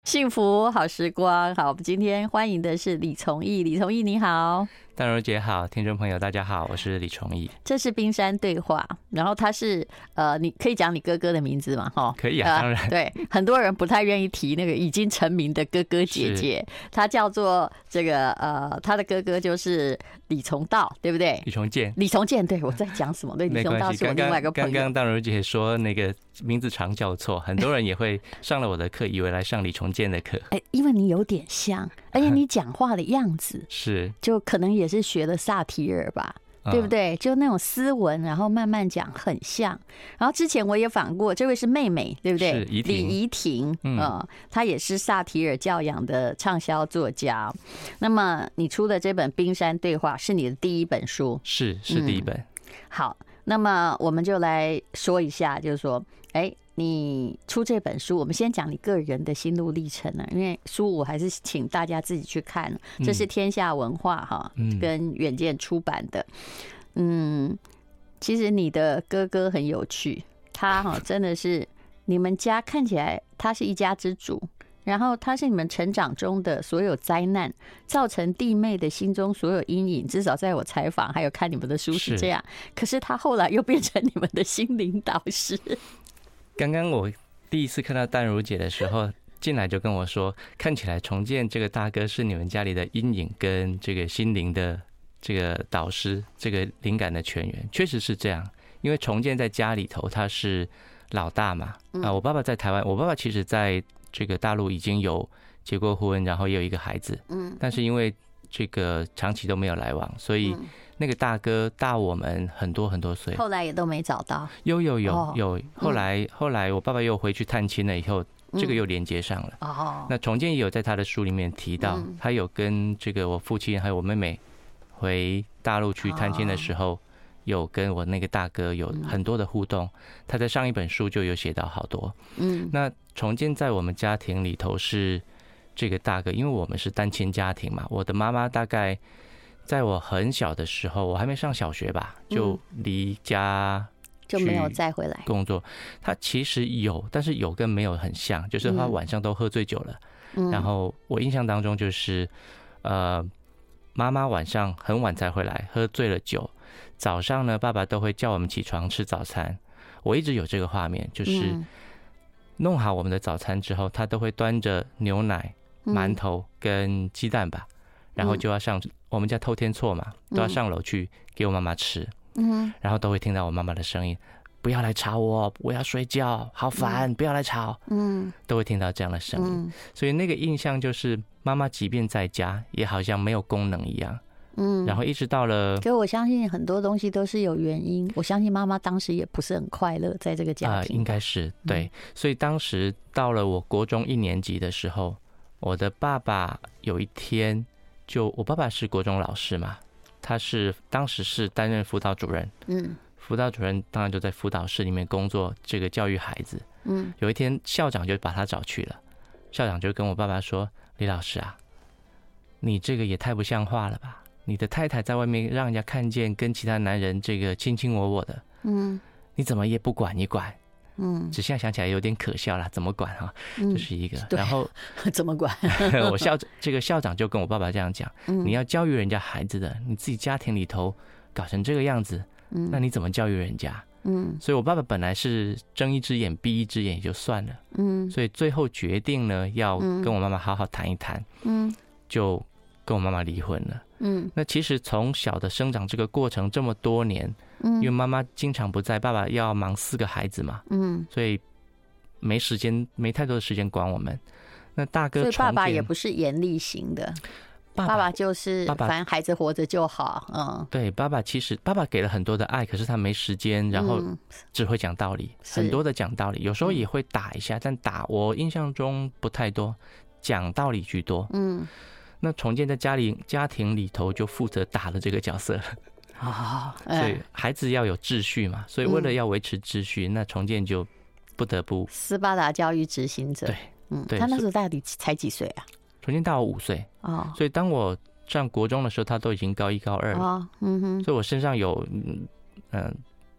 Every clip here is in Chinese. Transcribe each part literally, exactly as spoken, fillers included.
幸福好时光。好，我们今天欢迎的是李崇义，李崇义你好。 淡如姐好，听众朋友大家好，我是李崇义。 这是冰山对话，然后他是呃，你可以讲你哥哥的名字吗？哈， 可以啊，当然、 呃。对，很多人不太愿意提那个已经成名的哥哥姐姐，他叫做这个呃，他的哥哥就是李崇道，对不对？ 李崇建， 李崇建，对我在讲什么？对，李崇道是我另外一个朋友。 刚刚淡如姐说那个名字常叫错，很多人也会上了我的课，以为来上李崇建的课。 哎，因为你有点像，而且你讲话的样子是， 就可能也是学了萨提尔吧。对不对？就那种斯文，然后慢慢讲，很像。然后之前我也访过，这位是妹妹，对不对？ 是李怡婷，嗯、呃，她也是萨提尔教养的畅销作家。那么你出的这本《冰山对话》是你的第一本书， 是是第一本、嗯。 好，那么我们就来说一下，就是说，哎。你出这本书，我们先讲你个人的心路历程呢，因为书我还是请大家自己去看。这是天下文化哈，跟远见出版的。嗯，其实你的哥哥很有趣，他哈真的是你们家看起来他是一家之主，然后他是你们成长中的所有灾难，造成弟妹的心中所有阴影。至少在我采访还有看你们的书是这样，可是他后来又变成你们的心灵导师。 刚刚我第一次看到淡如姐的时候，进来就跟我说，看起来重建这个大哥是你们家里的阴影跟这个心灵的这个导师，这个灵感的泉源，确实是这样。因为重建在家里头他是老大嘛，啊，我爸爸在台湾，我爸爸其实在这个大陆已经有结过婚，然后也有一个孩子，嗯，但是因为这个长期都没有来往，所以那个大哥大我们很多很多岁， 后来也都没找到。 有有有有，后来后来我爸爸又回去探亲了以后，这个又连接上了。哦，那重建也有在他的书里面提到，他有跟这个我父亲还有我妹妹回大陆去探亲的时候，有跟我那个大哥有很多的互动。他在上一本书就有写到好多。嗯，那重建在我们家庭里头是这个大哥，因为我们是单亲家庭嘛，我的妈妈大概在我很小的时候，我还没上小学吧，就离家就没有再回来工作。他其实有，但是有跟没有很像，就是他晚上都喝醉酒了。嗯、然后我印象当中就是，呃，妈妈晚上很晚才回来，喝醉了酒。早上呢，爸爸都会叫我们起床吃早餐。我一直有这个画面，就是弄好我们的早餐之后，他都会端着牛奶、馒头跟鸡蛋吧。然后就要上我们家偷天错嘛，都要上楼去给我妈妈吃，嗯，然后都会听到我妈妈的声音，不要来吵我，我要睡觉，好烦，不要来吵，嗯，都会听到这样的声音，所以那个印象就是妈妈即便在家，也好像没有功能一样，嗯，然后一直到了， 可我相信很多东西都是有原因，我相信妈妈当时也不是很快乐在这个家庭， 呃，应该是对，所以当时到了我国中一年级的时候，我的爸爸有一天。就我爸爸是国中老师嘛，他是当时是担任辅导主任，嗯，辅导主任当然就在辅导室里面工作，这个教育孩子，嗯，有一天校长就把他找去了，校长就跟我爸爸说：“李老师啊，你这个也太不像话了吧！你的太太在外面让人家看见跟其他男人这个卿卿我我的，嗯，你怎么也不管一管？”嗯，只现在想起来有点可笑啦，怎么管哈？这是一个。然后怎么管？ 我校这个校长就跟我爸爸这样讲：嗯、你要教育人家孩子的，你自己家庭里头搞成这个样子，嗯、那你怎么教育人家？嗯，所以我爸爸本来是睁一只眼闭一只眼也就算了，嗯，所以最后决定呢要跟我妈妈好好谈一谈，嗯，就跟我妈妈离婚了。嗯，那其实从小的生长这个过程这么多年。嗯，因为妈妈经常不在，爸爸要忙四个孩子嘛，嗯，所以没时间，没太多的时间管我们。那大哥， 所以爸爸也不是严厉型的，爸 爸, 爸爸就是反正孩子活着就好，嗯， 对，爸爸其实爸爸给了很多的爱，可是他没时间，然后只会讲道理，嗯、很多的讲道理，有时候也会打一下，但打我印象中不太多，讲道理居多。嗯，那重建在家里家庭里头就负责打的这个角色了。 哦， 所以孩子要有秩序嘛，所以为了要维持秩序，嗯、那重建就不得不斯巴达教育执行者。 对， 嗯，他那时候到底才几岁啊？ 重建大我五岁哦，所以当我上国中的时候，他都已经高一高二了。哦，嗯哼，所以我身上有嗯、呃、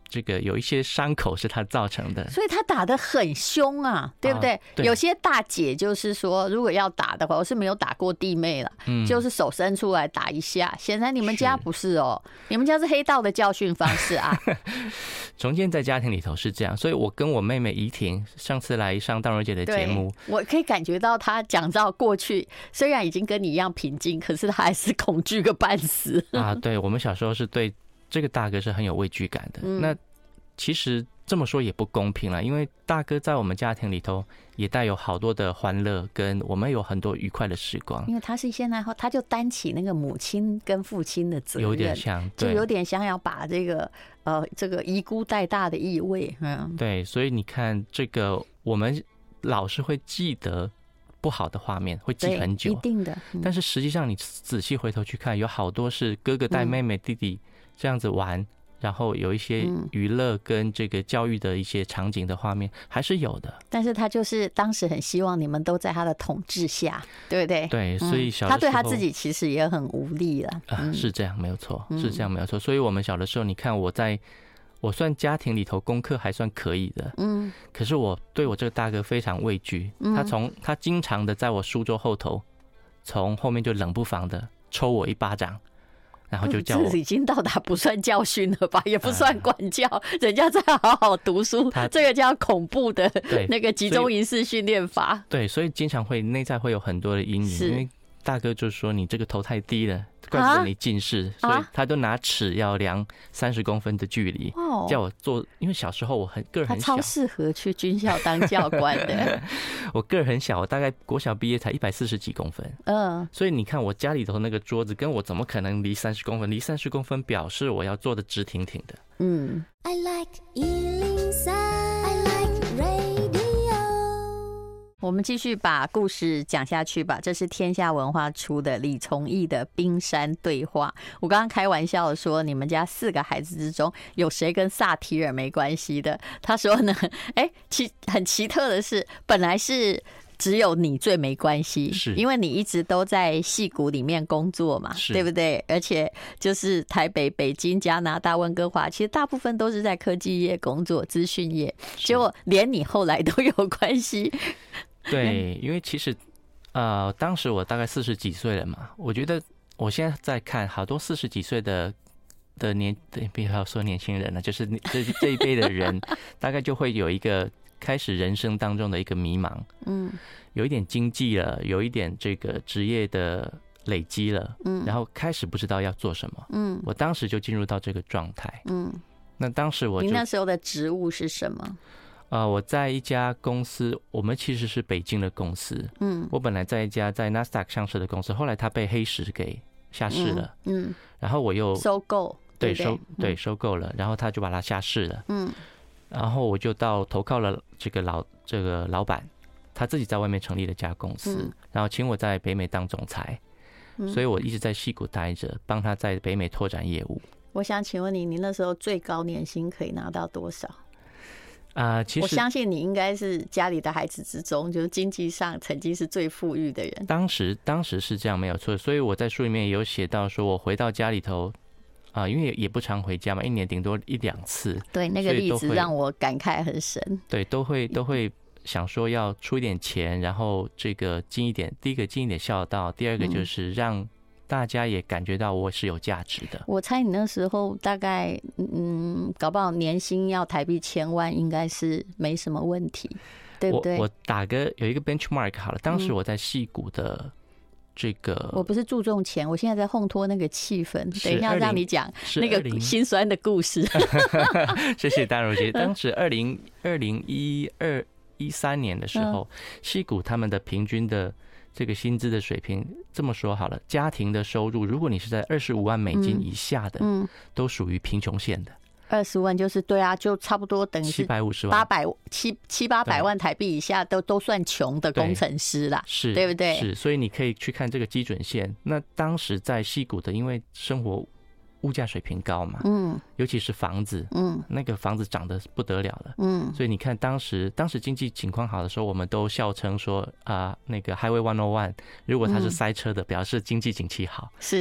这个有一些伤口是他造成的， 所以他打得很凶啊，对不对？啊、对，有些大姐就是说，如果要打的话，我是没有打过弟妹了，嗯、就是手伸出来打一下。显然你们家不是哦，是你们家是黑道的教训方式啊。 重建在家庭里头是这样，所以我跟我妹妹怡婷上次来上大荣姐的节目， 我可以感觉到她讲到过去，虽然已经跟你一样平静，可是她还是恐惧个半死啊。对，我们小时候是对这个大哥是很有畏惧感的。嗯、那其实这么说也不公平了，因为大哥在我们家庭里头也带有好多的欢乐，跟我们有很多愉快的时光。 因为他是现在他就担起那个母亲跟父亲的责任， 有点像， 就有点想要把这个呃这个遗孤带大的意味。嗯， 对，所以你看这个，我们老是会记得不好的画面，会记很久， 一定的。 嗯、但是实际上你仔细回头去看，有好多是哥哥带妹妹、弟弟这样子玩。然后有一些娱乐跟这个教育的一些场景的画面还是有的， 但是他就是当时很希望你们都在他的统治下，对不对？ 对，所以小的时候、 嗯、他对他自己其实也很无力了、 嗯呃。是这样，没有错，是这样没有错。所以我们小的时候，你看我在我算家庭里头功课还算可以的，嗯，可是我对我这个大哥非常畏惧，他从他经常的在我书桌后头，从后面就冷不防的抽我一巴掌。然后就叫我， 这已经到达不算教训了吧，也不算管教，呃、人家在好好读书，这个叫恐怖的那个集中营式训练法。 对，所以经常会内在会有很多的阴影，因为大哥就说你这个头太低了，怪不得你近视，啊、所以他都拿尺要量三十公分的距离，哦、叫我做。因为小时候我很个儿很小， 他超适合去军校当教官的。 我个儿很小，我大概国小毕业才一百四十几公分，嗯，所以你看我家里头那个桌子跟我怎么可能离三十公分？离三十公分表示我要坐得直挺挺的。嗯。I like 一零三 I like radio。 我们继续把故事讲下去吧。这是天下文化出的李崇义的《冰山对话》。我刚刚开玩笑的说，你们家四个孩子之中有谁跟萨提尔没关系的？他说呢，哎，奇很奇特的是，本来是只有你最没关系，是因为你一直都在矽谷里面工作嘛，对不对？而且就是台北、北京、加拿大、温哥华，其实大部分都是在科技业工作、资讯业，结果连你后来都有关系。 对，因为其实呃，当时我大概四十几岁了嘛，我觉得我现在在看好多四十几岁的的年，不要说年轻人了，就是这这一辈的人，大概就会有一个开始人生当中的一个迷茫，嗯，有一点经济了，有一点这个职业的累积了，嗯，然后开始不知道要做什么，嗯，我当时就进入到这个状态，嗯，那当时我就， 你那时候的职务是什么？ 呃，我在一家公司，我们其实是北京的公司。嗯，我本来在一家在 Nasdaq 上市的公司，后来它被黑石给下市了。嗯，嗯然后我又收购， 对收对收购了，然后他就把它下市了。嗯，然后我就到投靠了这个老这个老板，他自己在外面成立了一家公司，嗯、然后请我在北美当总裁，嗯、所以我一直在矽谷待着，帮他在北美拓展业务。 我想请问你，你那时候最高年薪可以拿到多少？ 啊、呃，其实我相信你应该是家里的孩子之中，就是经济上曾经是最富裕的人。 当时，当时是这样，没有错。所以我在书里面也有写到，说我回到家里头，啊、呃，因为也不常回家嘛，一年顶多一两次。 对，那个例子让我感慨很深。 对，都会都会想说要出一点钱，然后这个尽一点，第一个尽一点孝道，第二个就是让大家也感觉到我是有价值的。 我猜你那时候大概嗯，搞不好年薪要台币千万，应该是没什么问题，对不对？ 我我打个有一个 benchmark 好了，当时我在矽谷的这个、嗯， 我不是注重钱，我现在在烘托那个气氛。等一下让你讲那个心酸的故事。 谢谢大柔姐。当时二零二零一二一三年的时候，矽谷他们的平均的这个薪资的水平，这么说好了，家庭的收入，如果你是在二十五万美金以下的，嗯，都属于贫穷线的。 二十万就是对啊，就差不多等于是七百五十万、 八百七七八百万台币以下都都算穷的工程师啦， 是， 对不对？ 是，所以你可以去看这个基准线。那当时在矽谷的，因为生活物价水平高嘛，嗯，尤其是房子，嗯，那个房子涨得不得了了，嗯，所以你看当时当时经济情况好的时候，我们都笑称说啊、呃，那个 Highway one oh one， 如果它是塞车的，表示经济景气好， 是。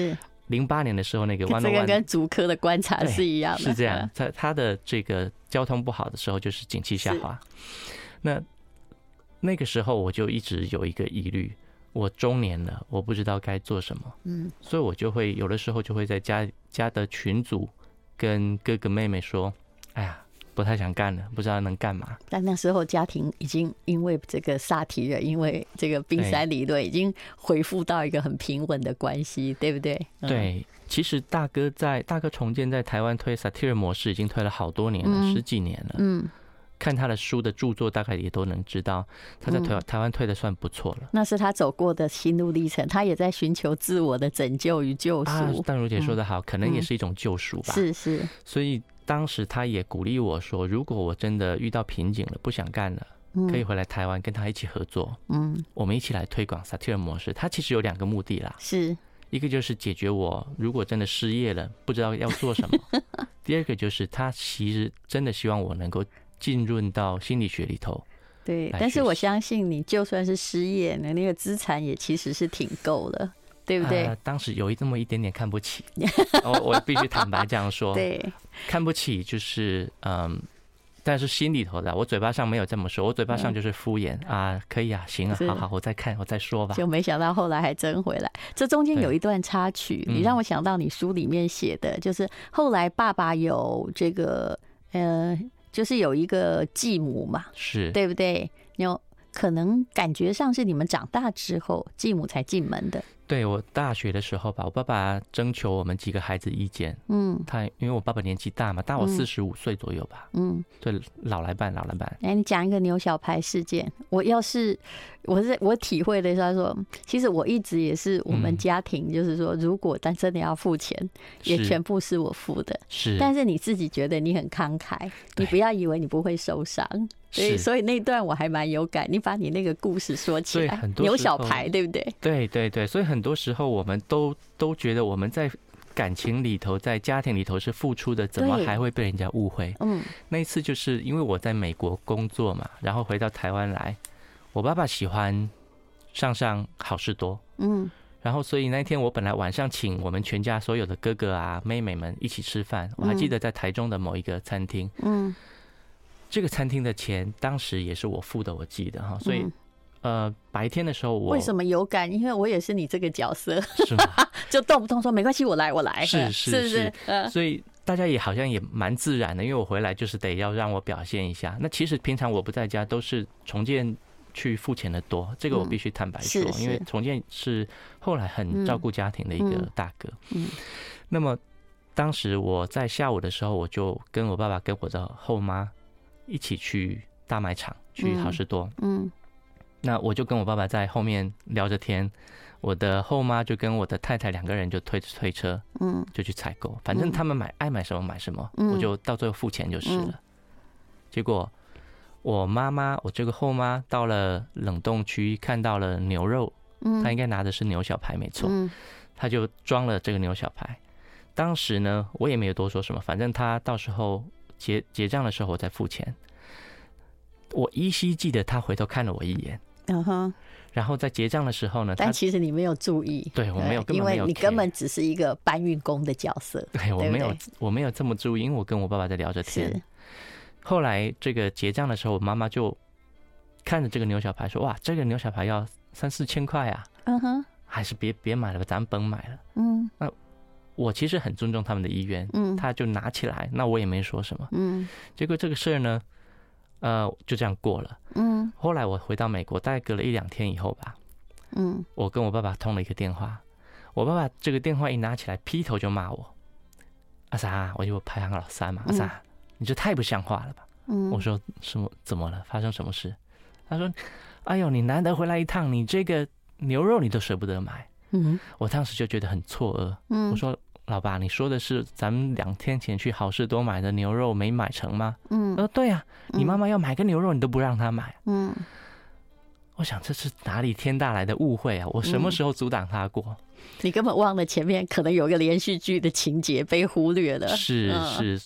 零八年的时候那个一零一， 这个跟竹科的观察是一样的， 是这样。他他的这个交通不好的时候，就是景气下滑。那那个时候我就一直有一个疑虑，我中年了，我不知道该做什么，嗯，所以我就会有的时候就会在家家的群组跟哥哥妹妹说，哎呀，不太想干了，不知道能干嘛。 但那时候家庭已经因为这个萨提尔，因为这个冰山理论，已经恢复到一个很平稳的关系，对不对？嗯、 对，其实大哥在大哥重建在台湾推萨提尔模式已经推了好多年了，嗯、十几年了。嗯，看他的书的著作，大概也都能知道他在台、嗯、台湾推的算不错了。 那是他走过的心路历程，他也在寻求自我的拯救与救赎。啊， 淡如姐说的好，嗯、可能也是一种救赎吧。 是是， 所以。当时他也鼓励我说，如果我真的遇到瓶颈了，不想干了，可以回来台湾跟他一起合作，嗯，我们一起来推广萨提尔模式。他其实有两个目的啦， 是一个就是解决我如果真的失业了，不知道要做什么；第二个就是他其实真的希望我能够进入到心理学里头。 对，但是我相信你就算是失业，你那个资产也其实是挺够了。对不对？ 呃、当时有这么一点点看不起，我我必须坦白这样说。 对， 看不起就是嗯，但是心里头的，我嘴巴上没有这么说，我嘴巴上就是敷衍、嗯、啊，可以啊，行啊，好好，我再看，我再说吧。 就没想到后来还真回来。这中间有一段插曲，你让我想到你书里面写的，嗯、就是后来爸爸有这个呃，就是有一个继母嘛， 是对不对？有可能感觉上是你们长大之后，继母才进门的。 对，我大学的时候吧，我爸爸征求我们几个孩子意见。嗯，他因为我爸爸年纪大嘛，大我四十五岁左右吧。嗯，对，老来伴，老来伴。 哎，你讲一个牛小排事件。我要是我是我体会的是，他说，其实我一直也是我们家庭，就是说，如果但真的要付钱，也全部是我付的。 是， 但是你自己觉得你很慷慨，你不要以为你不会受伤。所以，所以那段我还蛮有感。你把你那个故事说起来，牛小排，对不对？ 对对对，所以很多时候我们都都觉得我们在感情里头，在家庭里头是付出的，怎么还会被人家误会？嗯，那一次就是因为我在美国工作嘛，然后回到台湾来，我爸爸喜欢上上好事多，嗯，然后所以那天我本来晚上请我们全家所有的哥哥啊妹妹们一起吃饭，我还记得在台中的某一个餐厅，嗯。这个餐厅的钱当时也是我付的，我记得哈，所以、嗯、呃白天的时候我为什么有感？因为我也是你这个角色， 是吗？ 就动不动说没关系，我来，我来， 是是 是, 是、呃，所以大家也好像也蛮自然的，因为我回来就是得要让我表现一下。那其实平常我不在家，都是重建去付钱的多，这个我必须坦白说，嗯、因为重建是后来很照顾家庭的一个大哥。嗯，嗯那么当时我在下午的时候，我就跟我爸爸跟我的后妈一起去大卖场，去好事多。嗯，嗯那我就跟我爸爸在后面聊着天，我的后妈就跟我的太太两个人就推推车，嗯，就去采购，反正他们买爱买什么买什么，嗯、我就到最后付钱就是了。嗯、结果我妈妈，我这个后妈到了冷冻区看到了牛肉，嗯，她应该拿的是牛小排没错，嗯，她就装了这个牛小排。当时呢，我也没有多说什么，反正她到时候结结账的时候我再付钱。我依稀记得他回头看了我一眼，嗯哼，然后在结账的时候呢， 但其实你没有注意， 对我没有，根本没有， 因为你根本只是一个搬运工的角色， 对我没有，我没有这么注意，因为我跟我爸爸在聊着天。后来这个结账的时候，我妈妈就看着这个牛小排说：“哇，这个牛小排要三四千块啊！”嗯哼，还是别别买了吧，咱甭买了。嗯，那我其实很尊重他们的意愿，嗯，他就拿起来，那我也没说什么，嗯。结果这个事儿呢，呃，就这样过了。嗯。后来我回到美国，大概隔了一两天以后吧，嗯，我跟我爸爸通了一个电话，我爸爸这个电话一拿起来，劈头就骂我：“阿三，我就排行老三嘛，阿三。嗯”你这太不像话了吧？嗯，我说什么？怎么了？发生什么事？他说：“哎呦，你难得回来一趟，你这个牛肉你都舍不得买。”嗯，我当时就觉得很错愕。嗯，我说：“老爸，你说的是咱们两天前去好事多买的牛肉没买成吗？”嗯，他说：“对啊，你妈妈要买个牛肉，你都不让她买。”嗯，我想这是哪里天大来的误会啊？我什么时候阻挡他过？ 你根本忘了前面可能有一个连续剧的情节被忽略了。 是是。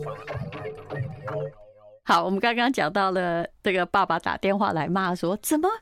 好，我们刚刚讲到了这个爸爸打电话来骂说，怎么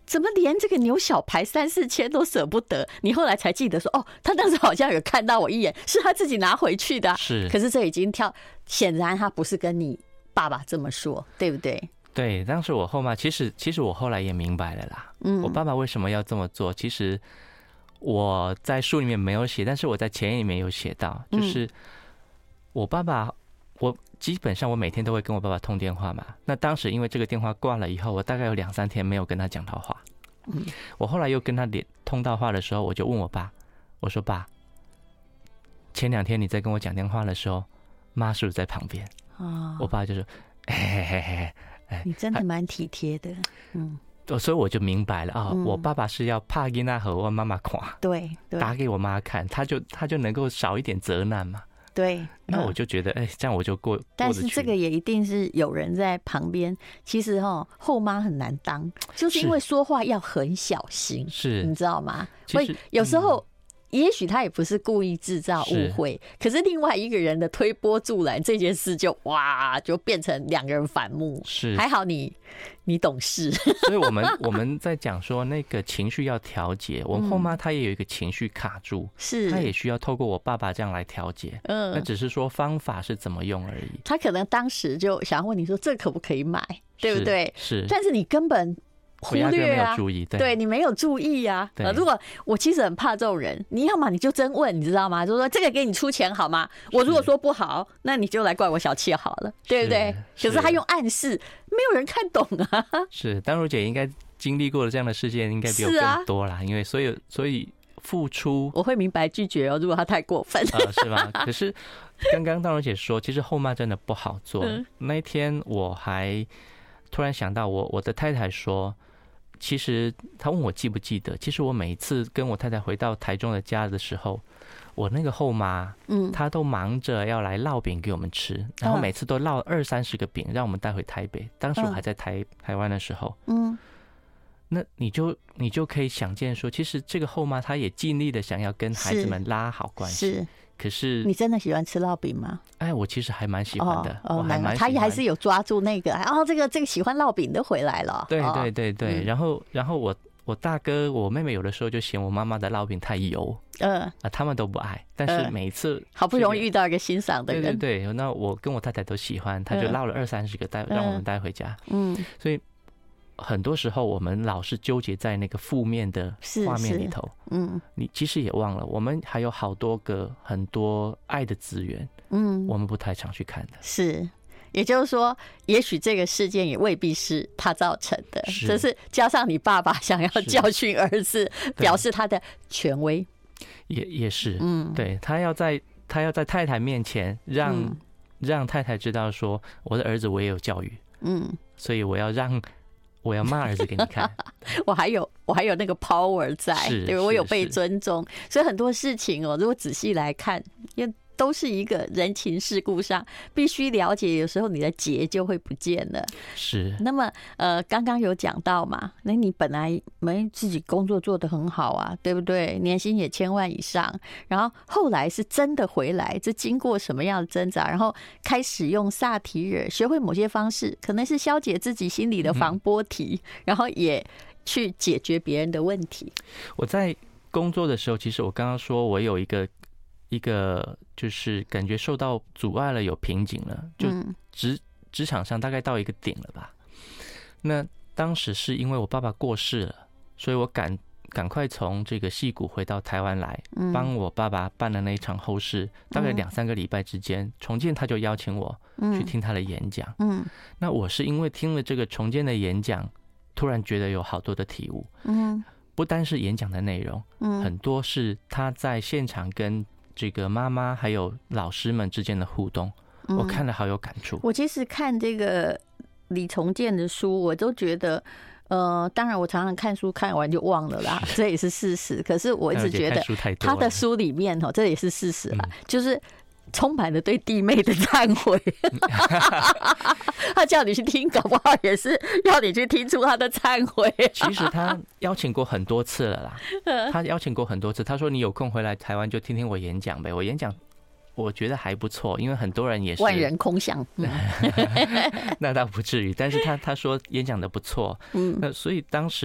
怎么连这个牛小排三四千都舍不得？你后来才记得说，哦，他当时好像有看到我一眼，是他自己拿回去的、啊。 是， 可是这已经跳，显然他不是跟你爸爸这么说，对不对？ 对，当时我后妈，其实其实我后来也明白了啦。嗯，我爸爸为什么要这么做？其实我在书里面没有写，但是我在前言里面有写到，就是我爸爸，我基本上我每天都会跟我爸爸通电话嘛。那当时因为这个电话挂了以后，我大概有两三天没有跟他讲到话。嗯，我后来又跟他连通到话的时候，我就问我爸，我说爸，前两天你在跟我讲电话的时候，妈是不是在旁边？哦，我爸就说，嘿嘿嘿嘿。 你真的蛮体贴的，嗯， 所以我就明白了啊、哦嗯，我爸爸是要怕囡仔和我妈妈看， 对， 打给我妈看，他就他就能够少一点责难嘛。 对， 那我就觉得，哎、欸，这样我就过。 但是这个也一定是有人在旁边。其实哈，后妈很难当，就是因为说话要很小心， 是， 你知道吗？会有时候。嗯，也许他也不是故意制造误会，可是另外一个人的推波助澜，这件事就哇，就变成两个人反目。 是， 还好你你懂事。 所以我们我们在讲说那个情绪要调节，我后妈她也有一个情绪卡住，是，她也需要透过我爸爸这样来调节。嗯，那只是说方法是怎么用而已。 他可能当时就想问你说这可不可以买，对不对？ 是， 但是你根本。忽略啊， 对， 对你没有注意啊。如果我其实很怕这种人，你要嘛你就真问，你知道吗？就说这个给你出钱好吗？我如果说不好，那你就来怪我小气好了，对不对？可是他用暗示，没有人看懂啊。 是，丹如姐应该经历过的这样的事件，应该比我更多啦。因为所以所以付出， 我会明白拒绝哦。如果他太过分， 呃，是吗？可是刚刚丹如姐说，其实后妈真的不好做。嗯、那一天我还突然想到我，我我的太太说。其实他问我记不记得，其实我每一次跟我太太回到台中的家的时候，我那个后妈，嗯，她都忙着要来烙饼给我们吃，然后每次都烙二三十个饼让我们带回台北。当时我还在台台湾的时候，嗯，那你就你就可以想见说，其实这个后妈她也尽力的想要跟孩子们拉好关系。是。可是你真的喜欢吃烙饼吗？ 哎，我其实还蛮喜欢的，哦、我还蛮喜欢。 他还是有抓住那个，哦，这个这个喜欢烙饼的回来了。 对对对对，哦、然后然后我我大哥我妹妹有的时候就嫌我妈妈的烙饼太油，嗯啊，他们都不爱。但是每一次、这个呃、好不容易遇到一个欣赏的人， 对对对，那我跟我太太都喜欢，他就烙了二三十个带、嗯、让我们带回家。嗯，所以。很多时候我们老是纠结在那个负面的画面里头，嗯，你其实也忘了，我们还有好多个很多爱的资源，嗯，我们不太常去看的。 是，也就是说，也许这个事件也未必是他造成的，这是加上你爸爸想要教训儿子，表示他的权威， 也也是，嗯，对他要在他要在太太面前让、嗯、让太太知道说，我的儿子我也有教育，嗯，所以我要让。我要骂儿子给你看， 我还有我还有那个 power 在，对，我有被尊重，所以很多事情哦，如果仔细来看，因为都是一个人情世故上必须了解，有时候你的结就会不见了。 是。 那么呃，刚刚有讲到嘛，那你本来没自己工作做得很好啊，对不对？年薪也千万以上，然后后来是真的回来，这经过什么样的挣扎，然后开始用萨提尔，学会某些方式，可能是消解自己心里的防波堤，嗯、然后也去解决别人的问题。 我在工作的时候，其实我刚刚说我有一个。一个就是感觉受到阻碍了，有瓶颈了，就职职场上大概到一个顶了吧。那当时是因为我爸爸过世了，所以我赶赶快从这个矽谷回到台湾来，帮我爸爸办了那一场后事。大概两三个礼拜之间，重建他就邀请我去听他的演讲。嗯，那我是因为听了这个重建的演讲，突然觉得有好多的体悟。嗯，不单是演讲的内容，嗯，很多是他在现场跟这个妈妈还有老师们之间的互动，我看了好有感触。 我其实看这个李重建的书，我都觉得，呃，当然我常常看书看完就忘了啦，这也是事实。可是我一直觉得他的书里面哦，这也是事实啦，嗯、就是充满了对弟妹的忏悔。他叫你去听，搞不好也是要你去听出他的忏悔。 其实他邀请过很多次了啦，他邀请过很多次。他说你有空回来台湾就听听我演讲呗。我演讲我觉得还不错，因为很多人也是万人空巷。 那倒不至于，但是他他说演讲的不错，嗯，那所以当时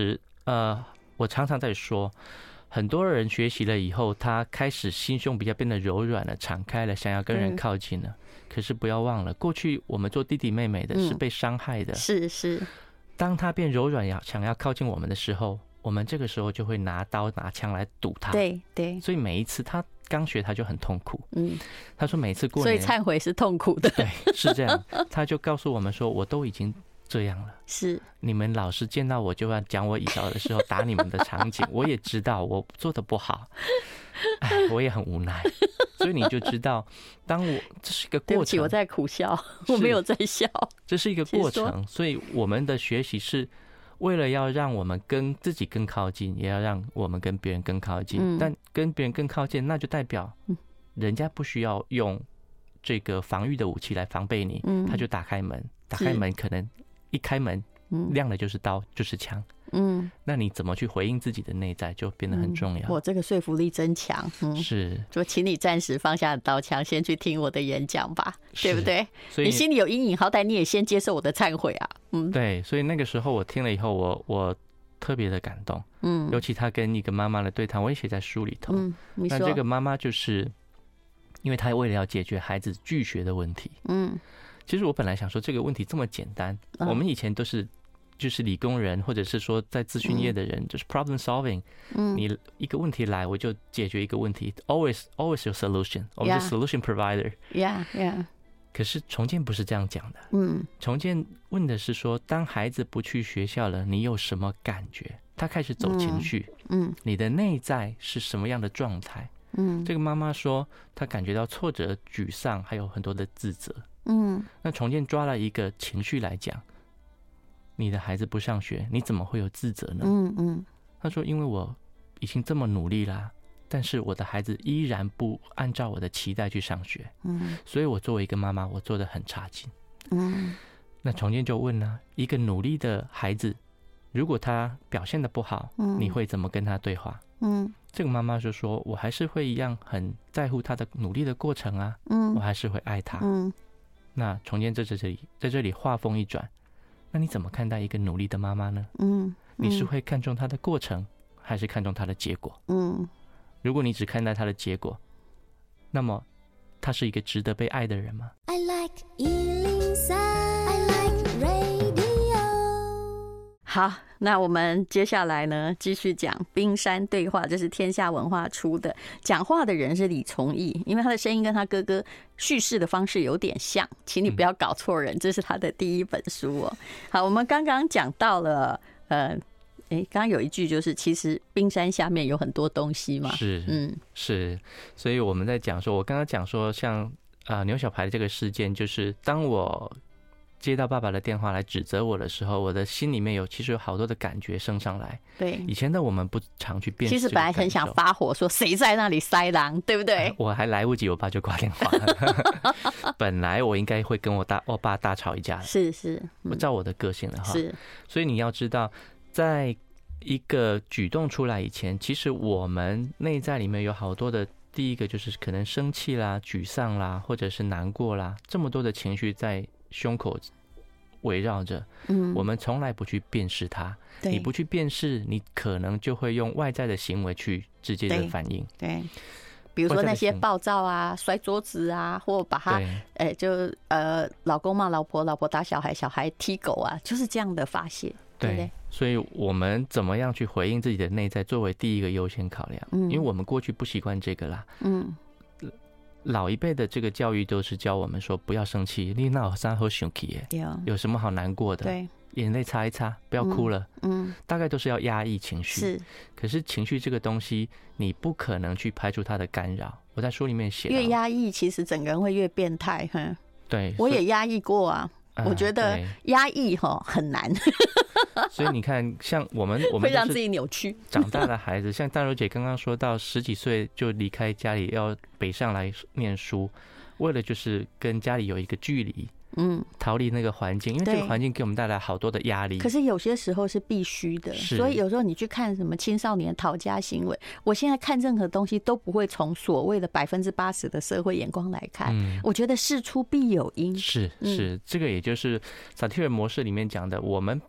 呃，我常常在说，很多人学习了以后，他开始心胸比较变得柔软了，敞开了，想要跟人靠近了。嗯、可是不要忘了，过去我们做弟弟妹妹的是被伤害的，嗯、 是是。 当他变柔软，要想要靠近我们的时候，我们这个时候就会拿刀拿枪来堵他。 对对。 所以每一次他刚学，他就很痛苦。嗯。他说每次过年，所以忏悔是痛苦的。 对，是这样。他就告诉我们说，我都已经这样了， 是你们老师见到我就要讲我以前的时候打你们的场景，我也知道我做的不好，哎，我也很无奈，所以你就知道，当我这是一个过程。 对不起，我在苦笑，我没有在笑。 这是一个过程，所以我们的学习是为了要让我们跟自己更靠近，也要让我们跟别人更靠近。嗯、但跟别人更靠近，那就代表人家不需要用这个防御的武器来防备你，嗯、他就打开门，打开门可能。一开门，亮的就是刀，就是枪。嗯，那你怎么去回应自己的内在，就变得很重要。 我、嗯、这个说服力真强。嗯， 是， 就请你暂时放下刀枪，先去听我的演讲吧，对不对？所以你心里有阴影，好歹你也先接受我的忏悔啊。嗯， 对，所以那个时候我听了以后，我我特别的感动。嗯，尤其他跟一个妈妈的对谈，我也写在书里头。嗯，你说那这个妈妈就是因为她为了要解决孩子拒学的问题。嗯。其实我本来想说这个问题这么简单，嗯、我们以前都是就是理工人，或者是说在资讯业的人，嗯、就是 problem solving。嗯，你一个问题来，我就解决一个问题 ，always always 有 solution， 我们是 solution provider。Yeah, yeah。可是重建不是这样讲的。嗯，重建问的是说，当孩子不去学校了，你有什么感觉？他开始走情绪。嗯，嗯你的内在是什么样的状态？嗯，这个妈妈说，她感觉到挫折、沮丧，还有很多的自责。嗯，那重建抓了一个情绪来讲，你的孩子不上学，你怎么会有自责呢？嗯嗯，他说，因为我已经这么努力啦，但是我的孩子依然不按照我的期待去上学，嗯，所以我作为一个妈妈，我做得很差劲。嗯，那重建就问呢，一个努力的孩子，如果他表现得不好，嗯，你会怎么跟他对话？嗯，这个妈妈就说，我还是会一样很在乎他的努力的过程啊，嗯，我还是会爱他，嗯。那重建在这里，在这里话锋一转，那你怎么看待一个努力的妈妈呢？嗯，嗯你是会看重她的过程，还是看重她的结果？嗯，如果你只看待她的结果，那么她是一个值得被爱的人吗？ I like 一零三 I like radio。 好，那我们接下来呢，继续讲冰山对话，这是天下文化出的。讲话的人是李从义，因为他的声音跟他哥哥叙事的方式有点像，请你不要搞错人，这是他的第一本书哦。好，我们刚刚讲到了，呃，哎，刚刚有一句就是，其实冰山下面有很多东西嘛。 是，嗯，是，所以我们在讲说，我刚刚讲说，像啊、呃、牛小排的这个事件，就是当我接到爸爸的电话来指责我的时候，我的心里面有其实有好多的感觉升上来。 对， 以前的我们不常去辨识。 其实本来很想发火，说谁在那里塞狼，对不对？ 我还来不及，我爸就挂电话了。本来我应该会跟我大我爸大吵一架的， 是是， 嗯、我照我的个性了哈。 是， 所以你要知道，在一个举动出来以前，其实我们内在里面有好多的。第一个就是可能生气啦、沮丧啦，或者是难过啦，这么多的情绪在胸口围绕着，嗯，我们从来不去辨识它。你不去辨识，你可能就会用外在的行为去直接的反应。 对，对比如说那些暴躁啊、摔桌子啊，或把他，哎、欸，就呃，老公骂老婆，老婆打小孩，小孩踢狗啊，就是这样的发泄。对不对？ 所以我们怎么样去回应自己的内在，作为第一个优先考量。嗯，因为我们过去不习惯这个啦。嗯，老一辈的这个教育都是教我们说不要生气，你那有啥好生气的？有什么好难过的？对，眼泪擦一擦，不要哭了。嗯，嗯大概都是要压抑情绪。是，可是情绪这个东西，你不可能去排除它的干扰。我在书里面写， 越压抑，其实整个人会越变态。哼， 对， 我也压抑过啊。我觉得压抑哈很难， 所以你看，像我们我们会让自己扭曲。 长大的孩子，像大柔姐刚刚说到，十几岁就离开家里要北上来念书，为了就是跟家里有一个距离，嗯，逃离那个环境，因为这个环境给我们带来好多的压力。 可是有些时候是必须的，所以有时候你去看什么青少年讨家行为，我现在看任何东西都不会从所谓的百分之八十的社会眼光来看。嗯，我觉得事出必有因。 是是，这个也就是萨提尔模式里面讲的，我们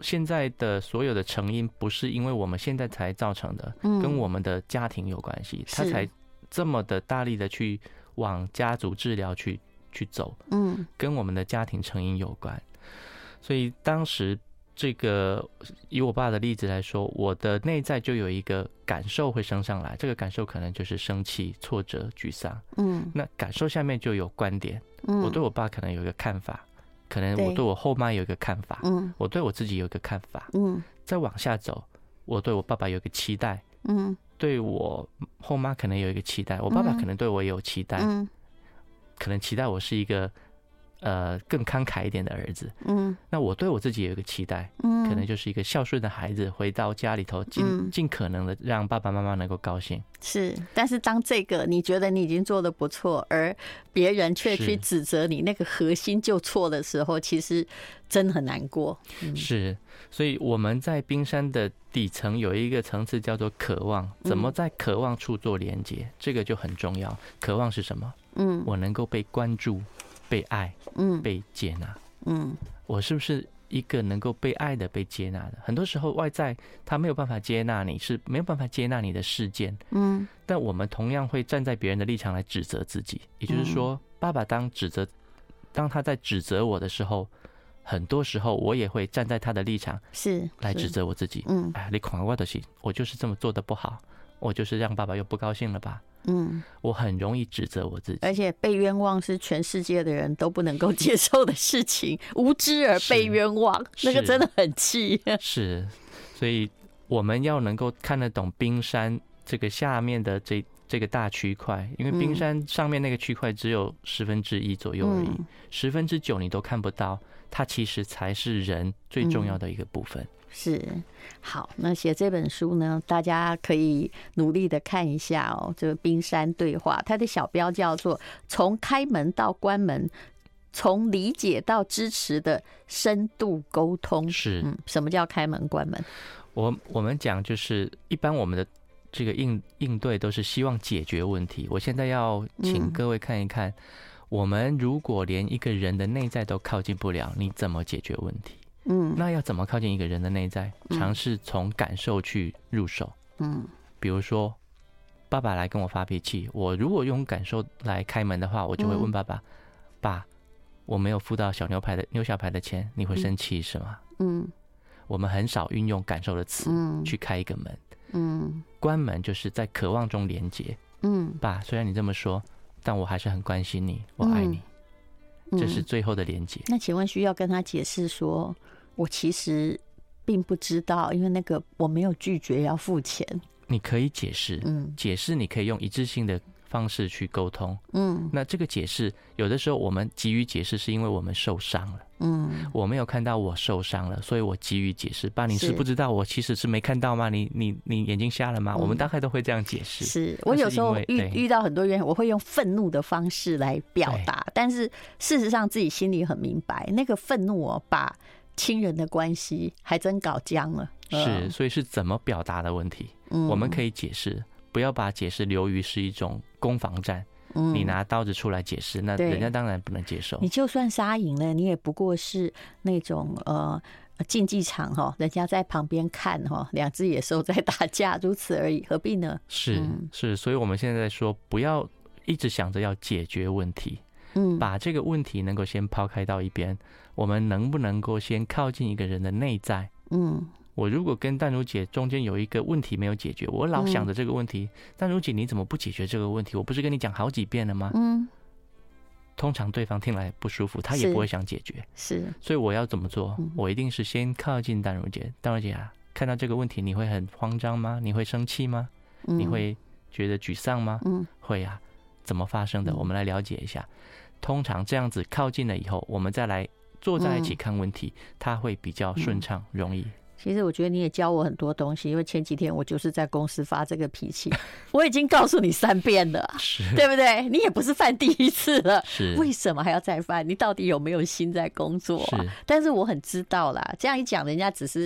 现在的所有的成因不是因为我们现在才造成的，跟我们的家庭有关系，他才这么的大力的去往家族治疗去去走，嗯，跟我们的家庭成因有关。所以当时这个以我爸的例子来说，我的内在就有一个感受会升上来，这个感受可能就是生气、挫折、沮丧，嗯，那感受下面就有观点，嗯，我对我爸可能有一个看法。可能我对我后妈有一个看法，嗯，我对我自己有一个看法，嗯，再往下走，我对我爸爸有一个期待，嗯，对我后妈可能有一个期待，我爸爸可能对我也有期待，嗯，可能期待我是一个呃更慷慨一点的儿子，嗯，那我对我自己有一个期待，嗯，可能就是一个孝顺的孩子，回到家里头尽尽可能的让爸爸妈妈能够高兴。 是，但是当这个你觉得你已经做得不错，而别人却去指责你那个核心就错的时候，其实真的很难过。嗯、 是，所以我们在冰山的底层有一个层次叫做渴望，怎么在渴望处做连结，嗯、这个就很重要。渴望是什么？嗯，我能够被关注、被爱、嗯，被接纳。嗯，我是不是一个能够被爱的、被接纳的？很多时候外在他没有办法接纳你，是没有办法接纳你的事件。嗯，但我们同样会站在别人的立场来指责自己。也就是说，爸爸当指责，当他在指责我的时候，很多时候我也会站在他的立场是来指责我自己。嗯，哎，你看我的心，我就是这么做的不好，我就是让爸爸又不高兴了吧。嗯，我很容易指责我自己， 而且被冤枉是全世界的人都不能够接受的事情，无知而被冤枉，那个真的很气。 是，所以我们要能够看得懂冰山这个下面的这这个大区块，因为冰山上面那个区块只有十分之一左右而已，嗯、十分之九你都看不到，它其实才是人最重要的一个部分。嗯是，好，那写这本书呢，大家可以努力的看一下哦。这个冰山对话，它的小标叫做“从开门到关门，从理解到支持的深度沟通”。 是， 嗯，什么叫开门关门？ 我我们讲就是一般我们的这个应应对都是希望解决问题。我现在要请各位看一看，嗯、我们如果连一个人的内在都靠近不了，你怎么解决问题？嗯，那要怎么靠近一个人的内在？尝试从感受去入手。嗯，比如说，爸爸来跟我发脾气，我如果用感受来开门的话，我就会问爸爸：“嗯、爸，我没有付到小牛排的牛小排的钱，你会生气是吗？”嗯，我们很少运用感受的词去开一个门。嗯，关门就是在渴望中连接。嗯，爸，虽然你这么说，但我还是很关心你，我爱你。嗯、这是最后的连接。 那请问需要跟他解释说？我其实并不知道，因为那个我没有拒绝要付钱。 你可以解释，嗯，解释你可以用一致性的方式去沟通，嗯，那这个解释有的时候我们急于解释是因为我们受伤了，嗯，我没有看到我受伤了，所以我急于解释。爸，你是不知道我其实是没看到吗？你你你眼睛瞎了吗？嗯、我们大概都会这样解释。 是我有时候遇遇到很多人，我会用愤怒的方式来表达，但是事实上自己心里很明白，那个愤怒哦，把亲人的关系还真搞僵了。 是，所以是怎么表达的问题。嗯，我们可以解释，不要把解释流于是一种攻防战。嗯，你拿刀子出来解释，那人家当然不能接受。 你就算杀赢了，你也不过是那种呃竞技场哈，人家在旁边看哈，两只野兽在打架，如此而已，何必呢？ 是、嗯、是，所以我们现在说，不要一直想着要解决问题。嗯，把这个问题能够先抛开到一边，我们能不能够先靠近一个人的内在？嗯，我如果跟淡如姐中间有一个问题没有解决，我老想着这个问题，淡如姐你怎么不解决这个问题？我不是跟你讲好几遍了吗？嗯，通常对方听来不舒服，他也不会想解决。是，所以我要怎么做？我一定是先靠近淡如姐。淡如姐啊，看到这个问题，你会很慌张吗？你会生气吗？你会觉得沮丧吗？嗯，会啊。怎么发生的？我们来了解一下。通常这样子靠近了以后，我们再来坐在一起看问题，嗯、它会比较顺畅、嗯、容易。 其实我觉得你也教我很多东西，因为前几天我就是在公司发这个脾气，我已经告诉你三遍了，对不对？你也不是犯第一次了，是为什么还要再犯？你到底有没有心在工作、啊？是，但是我很知道啦，这样一讲，人家只是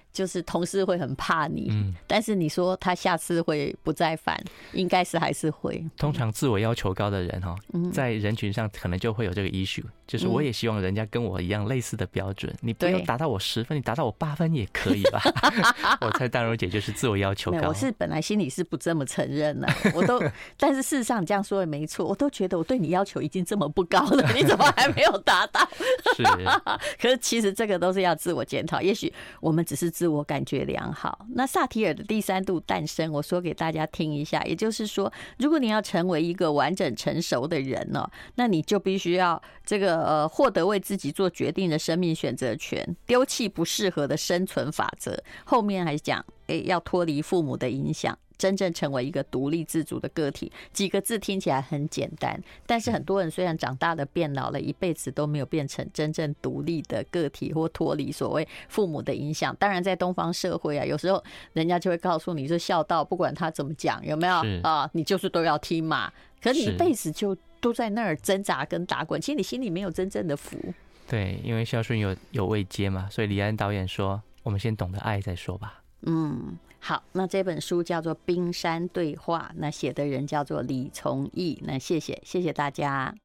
就是同事会很怕你，嗯，但是你说他下次会不再犯，应该是还是会。 通常自我要求高的人哈，在人群上可能就会有这个 issue， 就是我也希望人家跟我一样类似的标准，你不用达到我十分，你达到我八分也可以吧？我猜淡如姐就是自我要求高。 我是本来心里是不这么承认的，我都，但是事实上你这样说也没错，我都觉得我对你要求已经这么不高了，你怎么还没有达到？ 是， 可是其实这个都是要自我检讨，也许我们只是自我感觉良好。那萨提尔的第三度诞生，我说给大家听一下，也就是说，如果你要成为一个完整成熟的人呢、喔，那你就必须要这个呃获得为自己做决定的生命选择权，丢弃不适合的生存法则。后面还讲，哎、欸，要脱离父母的影响。真正成为一个独立自主的个体，几个字听起来很简单，但是很多人虽然长大了变老了，一辈子都没有变成真正独立的个体或脱离所谓父母的影响。当然在东方社会啊，有时候人家就会告诉你说孝道不管他怎么讲有没有啊，你就是都要听嘛，可是你一辈子就都在那儿挣扎跟打滚，其实你心里没有真正的福。 对，因为孝顺有有位阶嘛，所以李安导演说我们先懂得爱再说吧。 嗯，好，那这本书叫做《冰山对话》，那写的人叫做李从义。那谢谢，谢谢大家。